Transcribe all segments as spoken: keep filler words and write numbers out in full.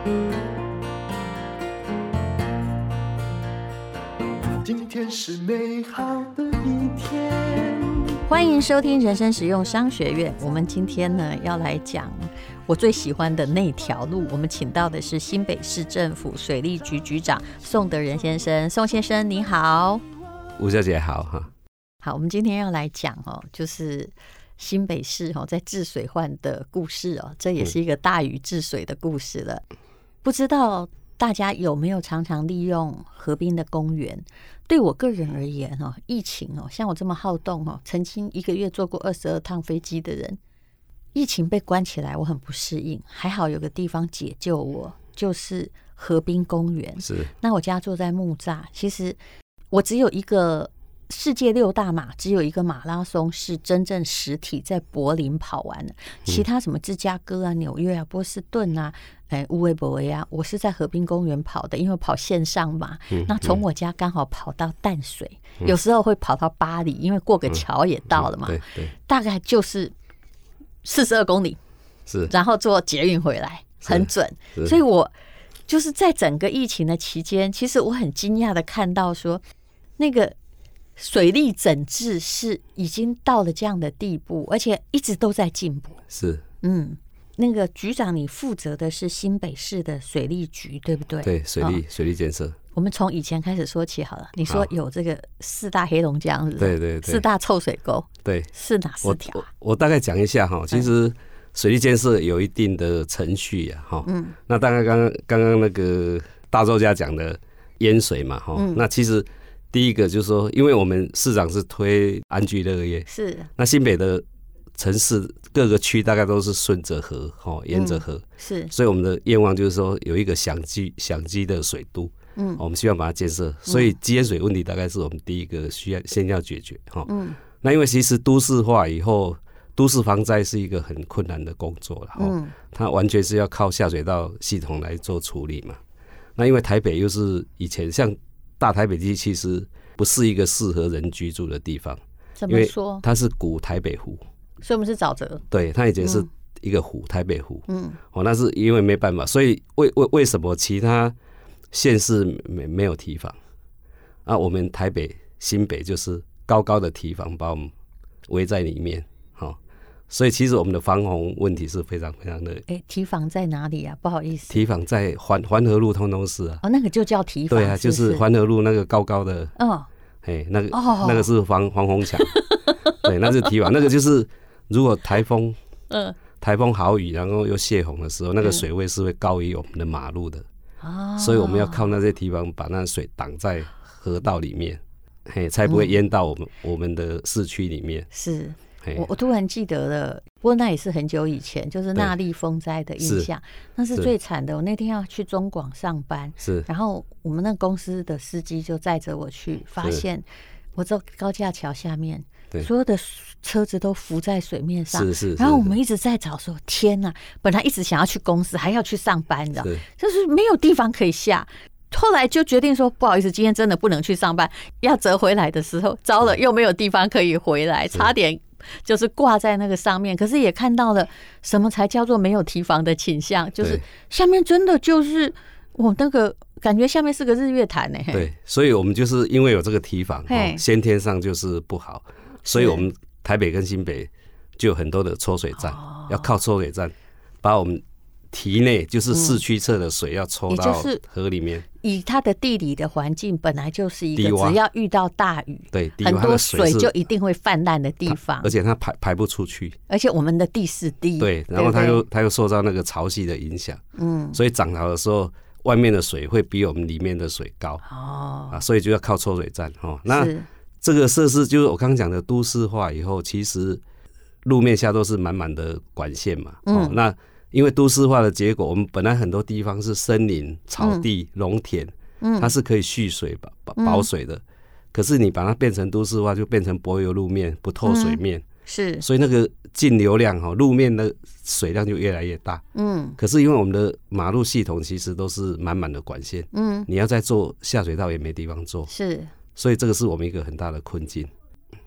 今天是美好的一天。 欢迎收听人生实用商学院。我们今天呢要来讲我最喜欢的那条路。我们请到的是新北市政府水利局局长宋德仁先生。宋先生你好。 吴小姐好哈。 好，我们今天要来讲哦，就是新北市哦在治水患的故事哦，这也是一个大禹治水的故事了。嗯、不知道大家有没有常常利用河滨的公园？对我个人而言哦，疫情哦，像我这么好动哦，曾经一个月坐过二十二趟飞机的人，疫情被关起来，我很不适应。还好有个地方解救我，就是河滨公园。 是，那我家住在木栅，其实我只有一个。世界六大马只有一个马拉松是真正实体在柏林跑完的，其他什么芝加哥啊、纽约啊、波士顿啊、哎乌维博维啊，我是在河滨公园跑的，因为跑线上嘛。嗯、那从我家刚好跑到淡水，嗯、有时候会跑到巴黎，因为过个桥也到了嘛。嗯嗯、对对，大概就是四十二公里，是，然后坐捷运回来，很准。所以我就是在整个疫情的期间，其实我很惊讶的看到说那个。水利整治是已经到了这样的地步，而且一直都在进步。 是， 嗯，那个局长，你负责的是新北市的水利局，对不对？ 对，水利、哦、水利建设。 我们从以前开始说起好了。你说有这个四大黑龙江是不是？ 对对对， 四大臭水沟， 对， 是哪四条、啊我？我大概讲一下哈。其实水利建设有一定的程序啊，哈。嗯。那大概刚刚刚刚那个大周家讲的淹水嘛，哈、嗯。那其实。第一个就是说，因为我们市长是推安居乐业， 是那新北的城市各个区大概都是顺着河，哦，沿着河、嗯， 是， 所以我们的愿望就是说有一个享基享基的水都，嗯，我们希望把它建设，所以基淹水问题大概是我们第一个需要先要解决，哈，嗯，那因为其实都市化以后，都市防灾是一个很困难的工作了，嗯，它完全是要靠下水道系统来做处理嘛，那因为台北又是以前像。大台北地其实不是一个适合人居住的地方， 怎么说？ 它是古台北湖， 所以我们是沼泽。 对，它以前是一个湖，嗯、台北湖。嗯，哦，那是因为没办法，所以为为为什么其他县市没没有堤防啊？我们台北新北就是高高的堤防把我们围在里面，好、哦，所以其实我们的防洪问题是非常非常的。 哎、欸，堤防在哪里啊？不好意思， 堤防在环环河路通通是啊。 哦，那个就叫堤防。 对啊， 是是就是环河路那个高高的。 哦， 哎，那个、哦、那个是防防洪墙。对，那是堤防，那个就是如果台风，嗯，台风豪雨，然后又泄洪的时候，那个水位是会高于我们的马路的。哦，所以我们要靠那些堤防把那水挡在河道里面，嘿，才不会淹到我们、嗯、我们的市区里面。 是。我, 我突然记得了，不过那也是很久以前，就是纳莉风灾的印象，那是最惨的。我那天要去中广上班，是，然后我们那公司的司机就载着我去，发现我在高架桥下面，所有的车子都浮在水面上，是 是, 是。然后我们一直在找说，天哪！本来一直想要去公司，还要去上班，你知道，就是没有地方可以下。后来就决定说，不好意思，今天真的不能去上班。要折回来的时候，糟了，又没有地方可以回来，差点。就是挂在那个上面，可是也看到了什么才叫做没有堤防的倾向，就是下面真的就是我那个感觉下面是个日月潭呢。 对，所以我们就是因为有这个堤防，哦、先天上就是不好，所以我们台北跟新北就有很多的抽水站，哦、要靠抽水站把我们堤内就是市区侧的水要抽到河里面。 以它的地理的环境本来就是一个只要遇到大雨， 对， 很多水就一定会泛滥的地方， 而且它排排不出去， 而且我们的地势低， 对，然后它又它又受到那个潮汐的影响，嗯，所以涨潮的时候，外面的水会比我们里面的水高，哦，啊，所以就要靠抽水站哦。那这个设施就是我刚刚讲的都市化以后，其实路面下都是满满的管线嘛，哦，嗯，那。因为都市化的结果，我们本来很多地方是森林、草地、农田，嗯，它是可以蓄水、保保水的。嗯，可是你把它变成都市化，就变成柏油路面、不透水面，嗯，是，所以那个进流量哈，路面的水量就越来越大。嗯，可是因为我们的马路系统其实都是满满的管线，嗯，你要再做下水道也没地方做，是，所以这个是我们一个很大的困境。哎，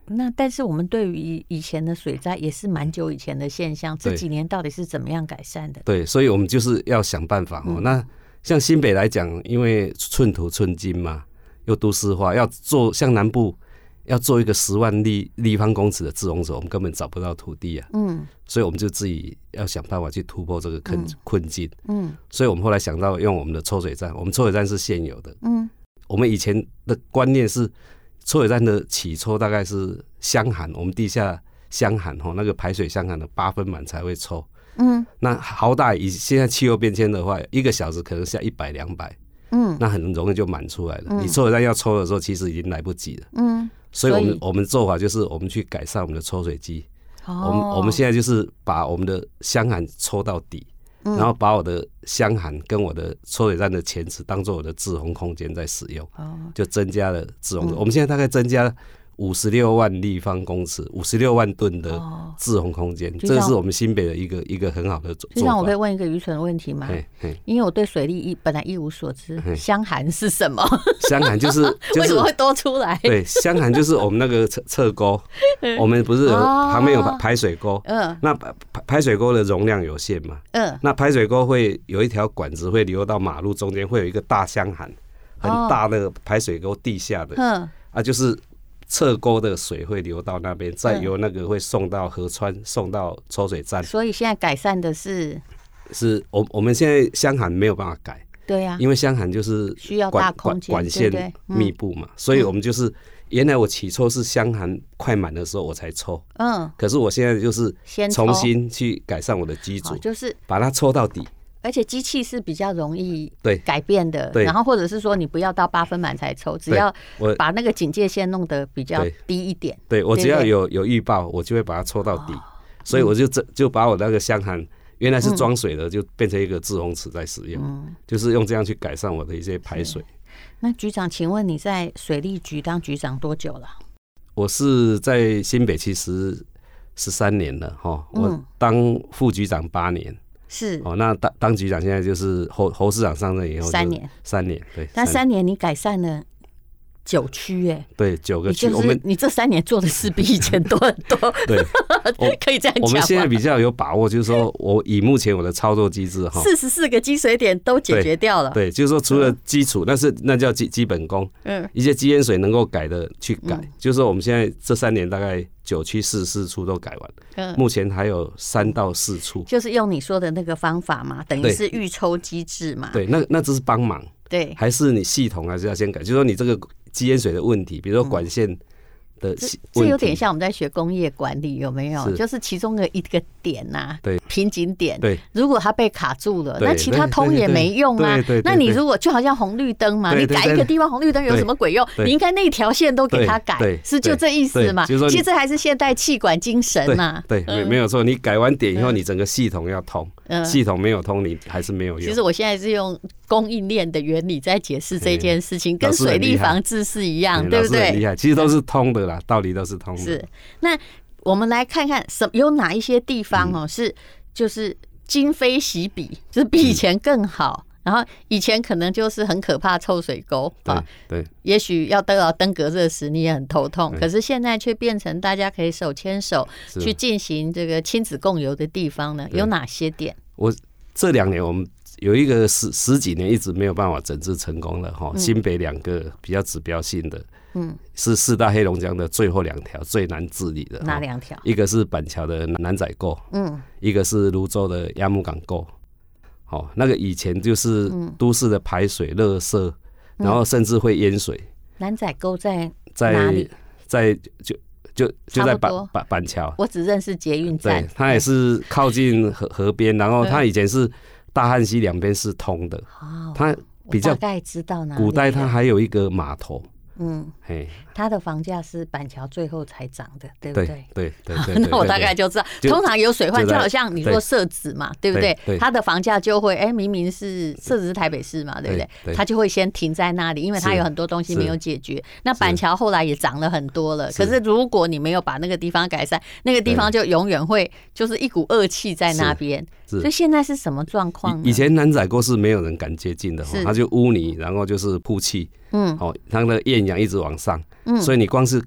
那但是我们对于以前的水灾也是蛮久以前的现象，这几年到底是怎么样改善的？ 对，所以我们就是要想办法、嗯、那像新北来讲，因为寸土寸金嘛，又都市化，要做像南部要做一个十万立立方公尺的滞洪池，我们根本找不到土地啊。嗯，所以我们就自己要想办法去突破这个困困境。嗯，所以我们后来想到用我们的抽水站，我们抽水站是现有的。嗯，我们以前的观念是抽水站的起抽大概是箱涵，我们地下箱涵那个排水箱涵的八分满才会抽。嗯，那好大以现在气候变迁的话，一个小时可能下一百两百。嗯，那很容易就满出来了。嗯、你抽水站要抽的时候，其实已经来不及了。嗯，所以我们我们做法就是我们去改善我们的抽水机。哦，我们我们现在就是把我们的箱涵抽到底，嗯、然后把我的箱涵跟我的抽水站的前池当做我的滞洪空间在使用。哦，就增加了滞洪。嗯、我们现在大概增加五十六万立方公尺，五十六万吨的滞洪空间，哦、这是我们新北的一个一个很好的做法。 就像我可以问一个愚蠢的问题吗？因为我对水利一本来一无所知，箱涵是什么？ 箱涵就是、就是、 为什么会多出来？ 对，箱涵就是我们那个侧侧沟，我们不是有、哦、旁边有排水沟，嗯，那排排水沟的容量有限嘛，嗯，那排水沟会有一条管子会流到马路中间，会有一个大箱涵，很大的排水沟地下的，嗯，啊，就是。侧沟的水会流到那边，再由那个会送到河川，送到抽水站。 所以现在改善的是， 是我我们现在箱涵没有办法改， 对呀、啊， 因为箱涵就是需要大空间， 管线密布嘛，嗯、所以我们就是原来我起抽是箱涵快满的时候我才抽，嗯，可是我现在就是重新去改善我的机组， 就是把它抽到底。 而且机器是比较容易改变的，然后或者是说你不要到八分满才抽，只要把那个警戒线弄得比较低一点。 对，我只要有有预报，我就会把它抽到底，哦、所以我就就把我那个箱涵原来是装水的，嗯、就变成一个滞洪池在使用，嗯、就是用这样去改善我的一些排水。 那局长，请问你在水利局当局长多久了？ 我是在新北其实十三年了哈，我当副局长八年。 是哦，那当当局长现在就是侯侯市长上任以后三年， 三年对， 但三年你改善了九区哎， 对，九个区， 我们你这三年做的事比以前多很多， 对， 可以这样讲。 我们现在比较有把握，就是说我以目前我的操作机制哈， 四十四个积水点都解决掉了， 对，对就是说除了基础，那是那叫基基本功，嗯，一些基淹水能够改的去改，嗯、就是说我们现在这三年大概九区四十四处都改完，嗯，目前还有三到四处， 就是用你说的那个方法嘛，等于是预抽机制嘛， 对，那那只是帮忙， 对， 还是你系统还是要先改，就是说你这个基淹水的问题，比如说管线的问题， 这有点像我们在学工业管理，有没有？就是其中的一个点呐、啊， 对， 瓶颈点， 对， 如果它被卡住了，那其他通也没用啊。那你如果就好像红绿灯嘛，你改一个地方红绿灯有什么鬼用？你应该那条线都给它改，是就这意思嘛？其实还是现代气管精神嘛。 对，没没有错。你改完点以后，你整个系统要通，系统没有通，你还是没有用。 其实我现在是用供应链的原理在解释这件事情，跟水利防治是一样，对不对？ 很厉害，其实都是通的啦，道理都是通的。 是，那我们来看看什有哪一些地方哦，是就是今非昔比，就是比以前更好。然后以前可能就是很可怕臭水沟啊， 对， 也许要登到登革热时你也很头痛，可是现在却变成大家可以手牵手去进行这个亲子共游的地方呢？有哪些点？ 我这两年我们有一个十十几年一直没有办法整治成功了哈，新北两个比较指标性的。嗯，是四大黑龙江的最后两条最难治理的。 哪两条？ 一个是板桥的南仔沟，嗯，一个是泸州的鸭木港沟。好、哦，那个以前就是都市的排水、垃圾、嗯，然后甚至会淹水。 南仔沟在哪里？ 在就就就在板板板桥。 我只认识捷运站。 对，它也是靠近河河边，然后它以前是大汉溪两边是通的。哦，它比较大概知道哪里。 古代它还有一个码头。 嗯，嘿，它的房价是板桥最后才涨的，对不对？ 对对 对, 对, 对。 那我大概就知道，通常有水患，就好像你说社子嘛，对不对？它的房价就会，哎、欸，明明是社子是台北市嘛，对不对？对它就会先停在那里，因为它有很多东西没有解决。那板桥后来也涨了很多了，可是如果你没有把那个地方改善，那个地方就永远会就是一股恶气在那边。所以现在是什么状况？ 以前南仔沟是没有人敢接近的，它就污泥，然后就是曝气。嗯，哦，它的厌氧一直往上，嗯，所以你光是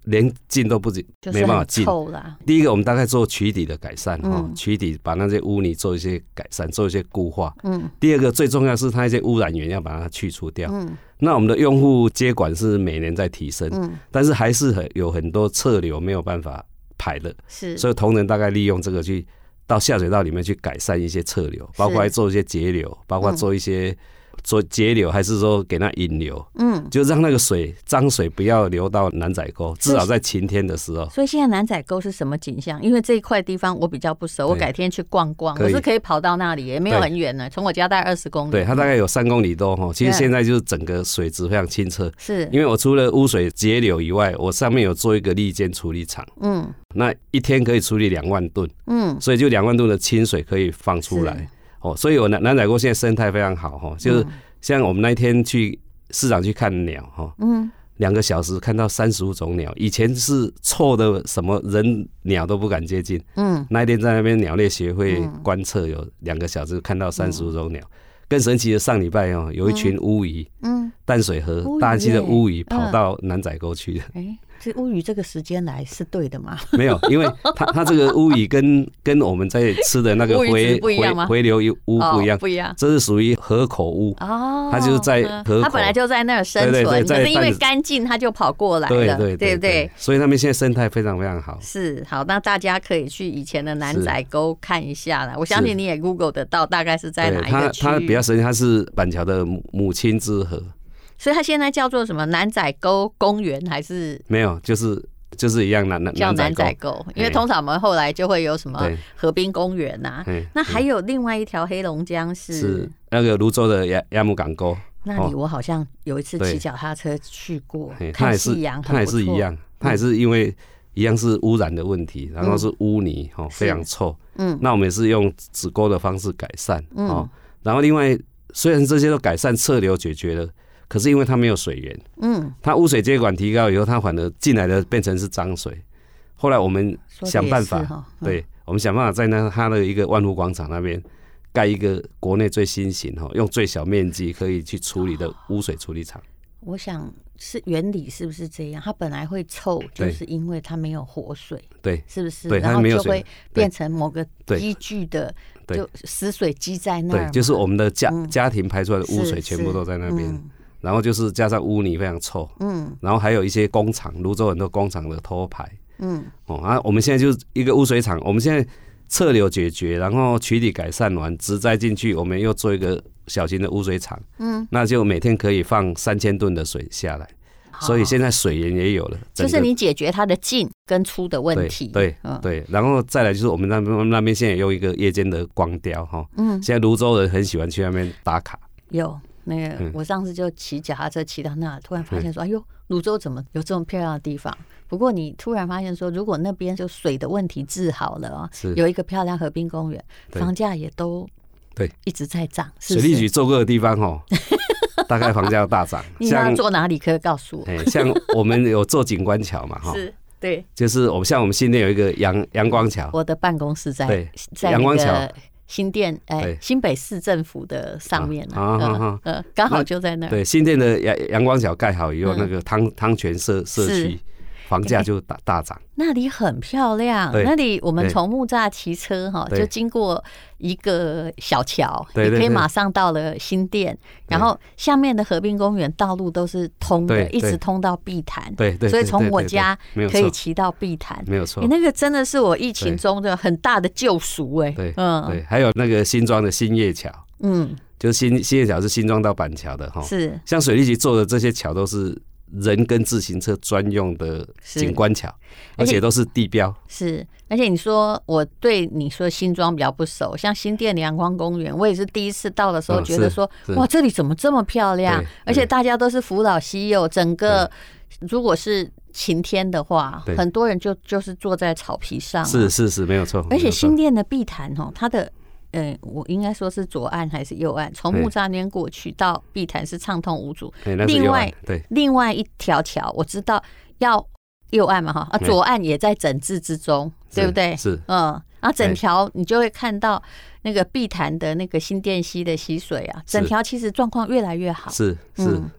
连进都不进，没办法进。第一个，我们大概做渠底的改善，嗯、渠底把那些污泥做一些改善，做一些固化。嗯。第二个，最重要是它一些污染源要把它去除掉。嗯。那我们的用户接管是每年在提升，嗯，但是还是很有很多侧流没有办法排的， 是。 所以同仁大概利用这个去到下水道里面去改善一些侧流，包括做一些节流，包括做一些。做节流还是说给它引流，嗯，就让那个水脏水不要流到南仔沟，至少在晴天的时候。 所以现在南仔沟是什么景象？因为这一块地方我比较不熟，我改天去逛逛，我是可以跑到那里，也没有很远呢，从我家大概二十公里。 对，它大概有三公里多哈。其实现在就是整个水质非常清澈， 是因为我除了污水节流以外，我上面有做一个砾间处理厂，嗯，那一天可以处理两万吨，嗯，所以就两万吨的清水可以放出来。哦，所以我南南仔沟现在生态非常好哈，就是像我们那一天去市场去看鸟哈，嗯，两个小时看到三十五种鸟，以前是臭的什么人鸟都不敢接近，嗯，那一天在那边鸟类协会观测有两个小时看到三十五种鸟，更神奇的上礼拜哦，有一群乌鱼，嗯，淡水河大溪的乌鱼跑到南仔沟去了。 欸这乌鱼这个时间来是对的吗？ 没有，因为它它这个乌鱼跟跟我们在吃的那个回回回流乌不一样， 哦，不一样， 这是属于河口乌哦，它就是在河口， 它本来就在那儿生存，对对对，可是因为干净，它就跑过来了，对对 对, 对不对？ 所以那边现在生态非常非常好。 是好，那大家可以去以前的南仔沟看一下啦。我相信你也 Google 得到，大概是在哪一个区域？它它比较神奇，它是板桥的母亲之河。 所以它现在叫做什么南仔沟公园还是没有？就是就是一样南南叫南仔沟，因为通常我们后来就会有什么河滨公园呐。那还有另外一条黑龙江是是那个泸州的鸭鸭母港沟， 那里我好像有一次骑脚踏车去过，看夕阳， 它也是一样，它也是因为一样是污染的问题，然后是污泥哦，非常臭。嗯，那我们也是用止沟的方式改善哦。然后另外虽然这些都改善侧流解决了。可是因为它没有水源，嗯，它污水接管提高以后，它反而进来的变成是脏水。后来我们想办法，嗯、对，我们想办法在那它的一个万福广场那边盖一个国内最新型哈，用最小面积可以去处理的污水处理厂。 我想是原理是不是这样？它本来会臭，就是因为它没有活水， 对， 是不是？ 对， 然后就会变成某个积聚的，就死水积在那儿。 对，就是我们的家、嗯、家庭排出来的污水全部都在那边。然后就是加上污泥非常臭，嗯，然后还有一些工厂，泸州很多工厂的偷排，嗯，哦啊，我们现在就是一个污水厂，我们现在侧流解决，然后渠底改善完，植栽进去，我们又做一个小型的污水厂，嗯，那就每天可以放三千吨的水下来，所以现在水源也有了， 就是你解决它的进跟出的问题， 对 对,、嗯、对，然后再来就是我们那边那边现在也用一个夜间的光雕哈，嗯，现在泸州人很喜欢去那边打卡， 有。那个，我上次就骑脚踏车骑到那，突然发现说，哎呦，泸州怎么有这么漂亮的地方？不过你突然发现说，如果那边就水的问题治好了啊，有一个漂亮河滨公园，房价也都对一直在涨。 水利局做过的地方哦，大概房价要大涨。 你要做哪里可以告诉我？ 像我们有做景观桥嘛，哈， 是，对， 就是我们像我们新店有一个阳阳光桥， 我的办公室在在阳光桥。新店哎，新北市政府的上面啊，呃，刚好就在那儿。 对，新店的阳阳光桥盖好以后，那个汤汤泉社社区房价就大大涨。 那里很漂亮，那里我们从木栅骑车哈，就经过一个小桥，你可以马上到了新店，然后下面的河滨公园道路都是通的，一直通到碧潭。 对对， 所以从我家可以骑到碧潭， 没有错。 那个真的是我疫情中的很大的救赎哎。 对，嗯，对，还有那个新庄的新叶桥，嗯，就是新新叶桥是新庄到板桥的哈， 是像水利局做的这些桥都是。人跟自行车专用的景观桥，而且都是地标。 是，而且你说我对你说新庄比较不熟，像新店的阳光公园，我也是第一次到的时候觉得说，哦、哇，这里怎么这么漂亮？而且大家都是扶老携幼，整个如果是晴天的话，很多人就就是坐在草皮上、啊。 是是是，没有错。 而且新店的碧潭哦，它的。嗯，我应该说是左岸还是右岸？从木栅那边过去到碧潭是畅通无阻。另外， 对， 另外一条桥我知道要右岸嘛，哈啊，左岸也在整治之中，对不对？ 是， 嗯，然后整条你就会看到那个碧潭的那个新店溪的溪水啊，整条其实状况越来越好。 是是、嗯，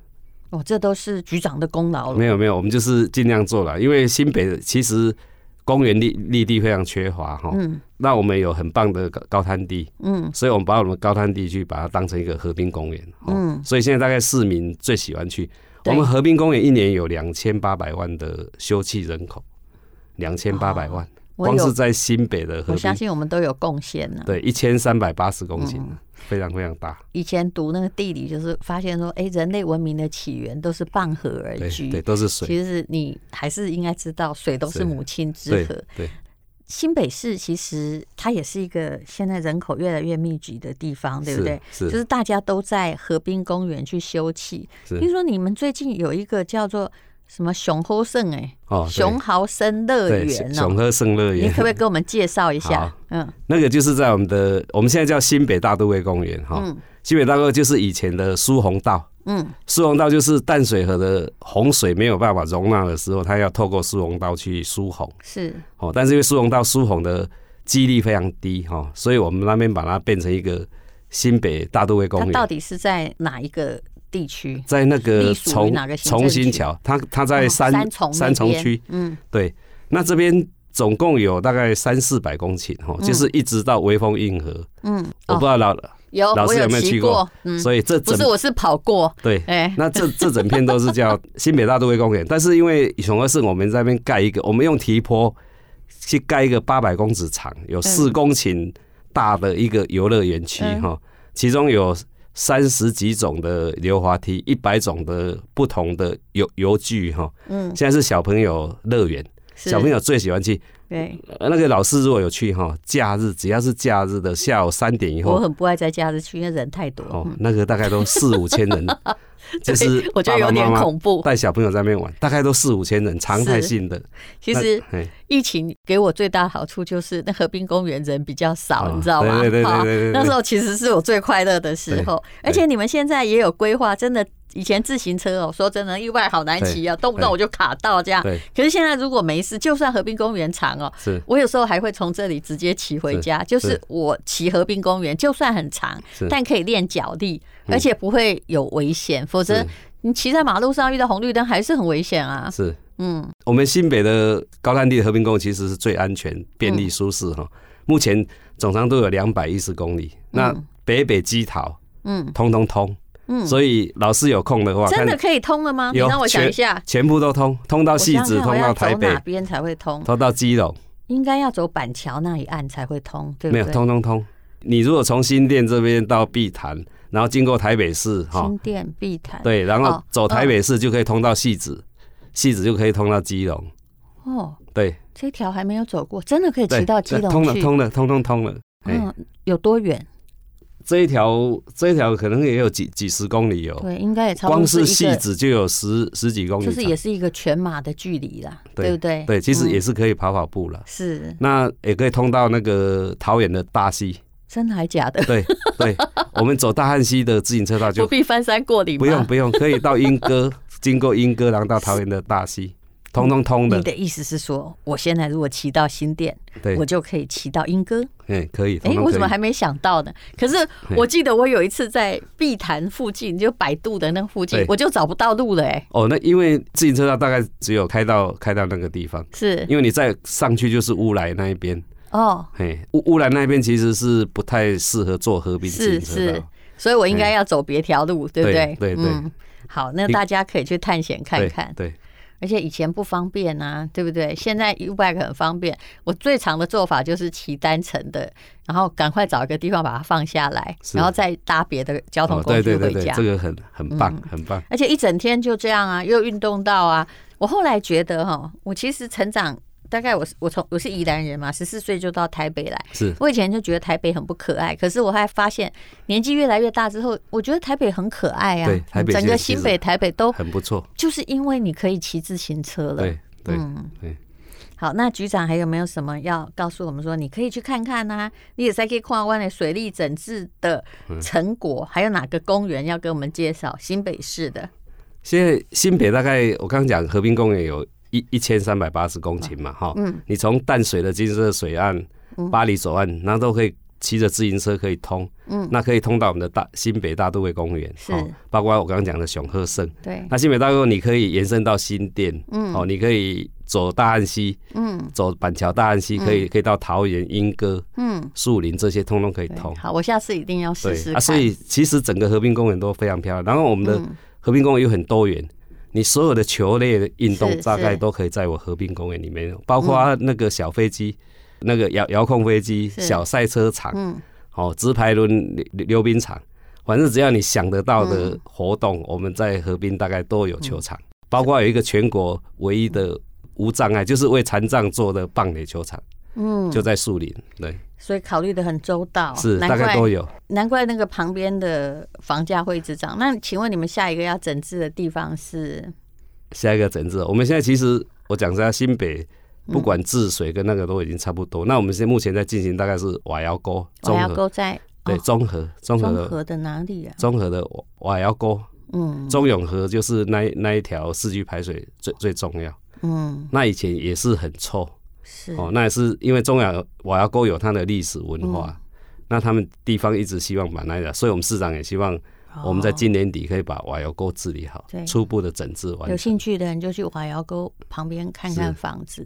哦，这都是局长的功劳了。 没有没有，我们就是尽量做了，因为新北其实公园绿绿地非常缺乏哈。嗯。那我们有很棒的高滩地，嗯，所以我们把我们高滩地去把它当成一个河滨公园，嗯，所以现在大概市民最喜欢去。我们河滨公园一年有两千八百万的休憩人口，两千八百万。光是在新北的河滨， 我相信我们都有贡献呢。 对，一千三百八十公顷、嗯，非常非常大。 以前读那个地理，就是发现说，哎、欸，人类文明的起源都是傍河而居， 对，对都是水。 其实你还是应该知道，水都是母亲之河。 对。对新北市其实它也是一个现在人口越来越密集的地方，对不对？ 是，是就是大家都在河滨公园去休憩。听说你们最近有一个叫做什么熊豪盛哎，哦，熊豪生乐园哦， 熊豪盛乐园， 你可不可以给我们介绍一下？嗯， 那个就是在我们的我们现在叫新北大都会公园哈，嗯、新北大都会就是以前的疏洪道。嗯，疏洪道就是淡水河的洪水没有办法容纳的时候，它要透过疏洪道去疏洪。 是哦，但是因为疏洪道疏洪的几率非常低哈，所以我们那边把它变成一个新北大都会公园。 它到底是在哪一个地区？ 在那个重重新桥，它它在三、哦、三重区。嗯，对。那这边总共有大概三四百公顷哈，就是一直到微风运河。嗯，我不知道老。哦有， 老师有没有去过？ 过嗯、 所以这不是我是跑过。 对，欸、那这这整片都是叫新北大都会公园，但是因为熊和市我们在那边盖一个，我们用堤坡去盖一个八百公尺长、有四公顷大的一个游乐园区哈，嗯、其中有三十几种的溜滑梯，一百种的不同的游游具哈。嗯，现在是小朋友乐园，小朋友最喜欢去。对，那个老师如果有去哈，假日只要是假日的下午三点以后， 我很不爱在假日去，因为人太多。 哦，那个大概都四五千人，就是我觉得有点恐怖。 带小朋友在那边玩，大概都四五千人，常态性的。 其实疫情给我最大的好处就是那河滨公园人比较少，哦、你知道吗？ 对对对 对, 对, 对， 那时候其实是我最快乐的时候，而且你们现在也有规划，真的。以前自行车哦，说真的，意外好难骑啊，动不动我就卡到这样。可是现在如果没事，就算河滨公园长哦，我有时候还会从这里直接骑回家。就是我骑河滨公园，就算很长，但可以练脚力，而且不会有危险。否则你骑在马路上遇到红绿灯，还是很危险啊。 是，嗯，我们新北的高滩地的河滨公园其实是最安全、便利、舒适哈。目前总长都有两百一十公里，那北北基桃，嗯，通通通。嗯，所以老师有空的话， 真的可以通了吗？你让我想一下， 全部都通，通到汐止，通到台北， 哪边才会通？ 通到基隆， 应该要走板桥那一岸才会通，对不对？ 没有，通通通。你如果从新店这边到碧潭，然后经过台北市， 新店碧潭， 对，然后走台北市就可以通到汐止，汐止就可以通到基隆。哦，对， 这条还没有走过，真的可以骑到基隆去？ 通了，通了，通通通了。 嗯，有多远？ 这一条这一条可能也有几几十公里有， 对，应该也差不多。 光是汐止就有十十几公里， 就是也是一个全马的距离啦， 对, 对不对？ 对，其实也是可以跑跑步了。 是、嗯， 那也可以通到那个桃园的大溪。 真的还假的？ 对对，我们走大汉溪的自行车道就不必翻山过岭吗？ 不用不用，可以到鶯歌，经过鶯歌，然后到桃园的大溪。通通通的。 你的意思是说，我现在如果骑到新店，我就可以骑到鶯歌？ 哎，可以。 哎、欸，我怎么还没想到呢？可是我记得我有一次在碧潭附近，就百度的那附近，我就找不到路了、欸。哎， 哦，那因为自行车道大概只有开到开到那个地方， 是因为你再上去就是乌来那一边。哦，嘿，乌乌来那边其实是不太适合做河滨自行车道， 是是，所以我应该要走别条路，对不对？ 对 对, 对、 嗯。好，那大家可以去探险看看。 对。对， 而且以前不方便啊，对不对？现在 U-Bike 很方便。我最常的做法就是骑单程的，然后赶快找一个地方把它放下来，然后再搭别的交通工具回家。 哦、对对对对，这个很很棒、嗯，很棒。 而且一整天就这样啊，又运动到啊。我后来觉得哈，我其实成长。大概我我从我是宜兰人嘛，十四岁就到台北来。 是我以前就觉得台北很不可爱，可是我还发现年纪越来越大之后，我觉得台北很可爱啊。 对，台北整个新北、台北都很不错， 就是因为你可以骑自行车了。 对对、 嗯、 对。 好，那局长还有没有什么要告诉我们说？你可以去看看啊，你也可以看湾的水利整治的成果、嗯，还有哪个公园要跟我们介绍？新北市的。 现在新北大概我刚刚讲河滨公园有。一一千三百八十公顷嘛，哈、嗯，你从淡水的金色水岸、巴黎左岸，然后都可以骑着自行车可以通，嗯，那可以通到我们的大新北大都会公园，是、哦，包括我刚刚讲的熊鹤圣， 对， 那新北大都会你可以延伸到新店，嗯，哦，你可以走大汉溪，嗯，走板桥大汉溪，可以、嗯、可以到桃园莺歌，嗯，树林这些通通可以通。 好，我下次一定要试试看。 啊，所以其实整个河滨公园都非常漂亮，然后我们的河滨公园又很多元。你所有的球类的运动大概都可以在我河滨公园里面，包括那个小飞机、嗯、那个遥遥控飞机、小赛车场、嗯，哦，直排轮溜冰场，反正只要你想得到的活动，嗯、我们在河滨大概都有球场，嗯、包括有一个全国唯一的无障碍，就是为残障做的棒垒球场，嗯，就在树林，对。 所以考虑的很周到， 是大概都有， 难怪那个旁边的房价会一直涨。那请问你们下一个要整治的地方是？ 下一个整治，我们现在其实我讲一下新北，不管治水跟那个都已经差不多。嗯、那我们现在目前在进行大概是瓦窑沟， 瓦窑沟在对中和，中和的中和的哪里啊？ 中和的瓦窑沟，嗯，中永和就是那那一条市区排水最最重要，嗯，那以前也是很臭。是哦，那也是因为中窑瓦窑沟有它的历史文化、嗯，那他们地方一直希望把那个，所以我们市长也希望我们在今年底可以把瓦窑沟治理好，哦、初步的整治完成。 有兴趣的人就去瓦窑沟旁边看看房子。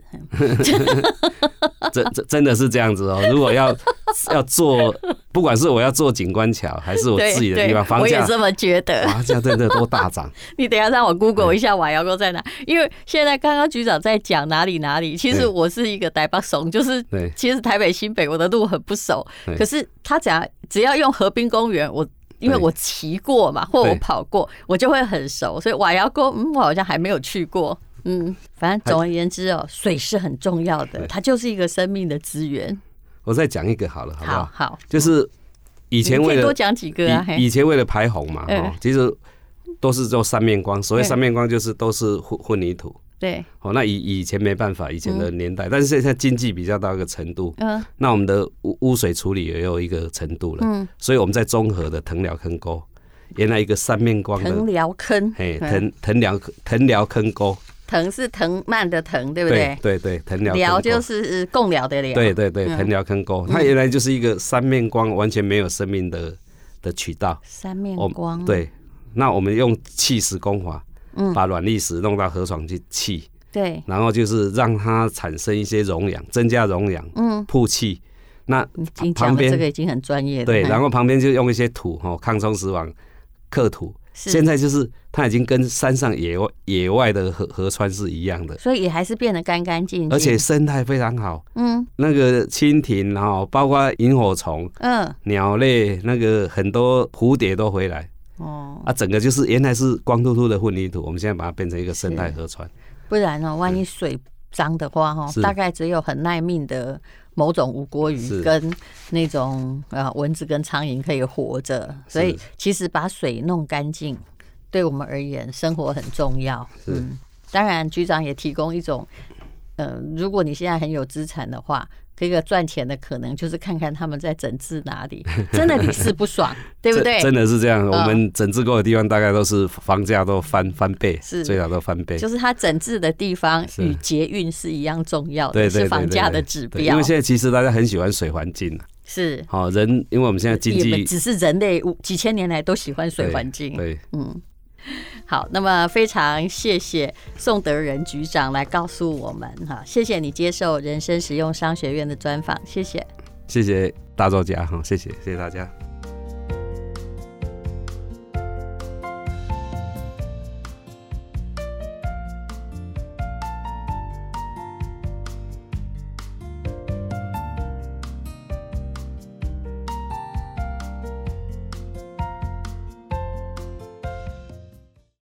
真真的是这样子哦，如果要要做，不管是我要做景观桥，还是我自己的地方，房价我也这么觉得， 房价真的都大涨。 你等一下让我 Google 一下瓦窑沟在哪，因为现在刚刚局长在讲哪里哪里，其实我是一个台北怂，就是其实台北新北我的路很不熟，可是他只要只要用河滨公园，我因为我骑过嘛，或我跑过，我就会很熟，所以瓦窑沟，嗯，我好像还没有去过。嗯，反正总而言之哦，水是很重要的，它就是一个生命的资源。 我再讲一个好了，好不好？ 好，好， 就是以前为了多讲几个啊， 以, 以前为了排洪嘛，嗯、其实都是做三面光。所谓三面光，就是都是混混凝土。 对， 哦，那以以前没办法，以前的年代，嗯、但是现在经济比较到一个程度，嗯，那我们的污水处理也有一个程度了，嗯，所以我们在中和的藤寮坑沟，原来一个三面光的藤寮坑， 嘿，藤藤寮藤寮坑沟。 藤是藤蔓的藤，对不对？ 对对对，藤寮寮就是共寮的寮。 对对对，藤寮坑沟，它原来就是一个三面光，完全没有生命的的渠道。 三面光。 对，那我们用砌石工法，嗯，把软砾石弄到河床去砌， 对， 然后就是让它产生一些溶氧，增加溶氧，嗯，曝气。那旁边这个已经很专业了。 对，然后旁边就用一些土，哦，抗冲石网刻土。现在就是它已经跟山上野外野外的河河川是一样的， 所以也还是变得干干净净， 而且生态非常好。嗯，那个蜻蜓哈，包括萤火虫，嗯，鸟类，那个很多蝴蝶都回来。哦，啊，整个就是原来是光秃秃的混凝土，我们现在把它变成一个生态河川。 不然哦，万一水脏的话哈，大概只有很耐命的某种无国鱼跟那种呃蚊子跟苍蝇可以活着，所以其实把水弄干净对我们而言生活很重要。嗯，当然局长也提供一种，呃，如果你现在很有资产的话，这个赚钱的可能就是看看他们在整治哪里，真的屡试不爽，对不对？ 真的是这样，我们整治过的地方大概都是房价都翻翻倍，是最少都翻倍。 就是它整治的地方与捷运是一样重要的，是房价的指标。 因为现在其实大家很喜欢水环境， 是好人，因为我们现在经济只是人类几千年来都喜欢水环境， 对， 嗯。好，那么非常谢谢宋德仁局长来告诉我们哈，谢谢你接受人生实用商学院的专访，谢谢， 谢谢大作家哈，谢谢谢谢大家。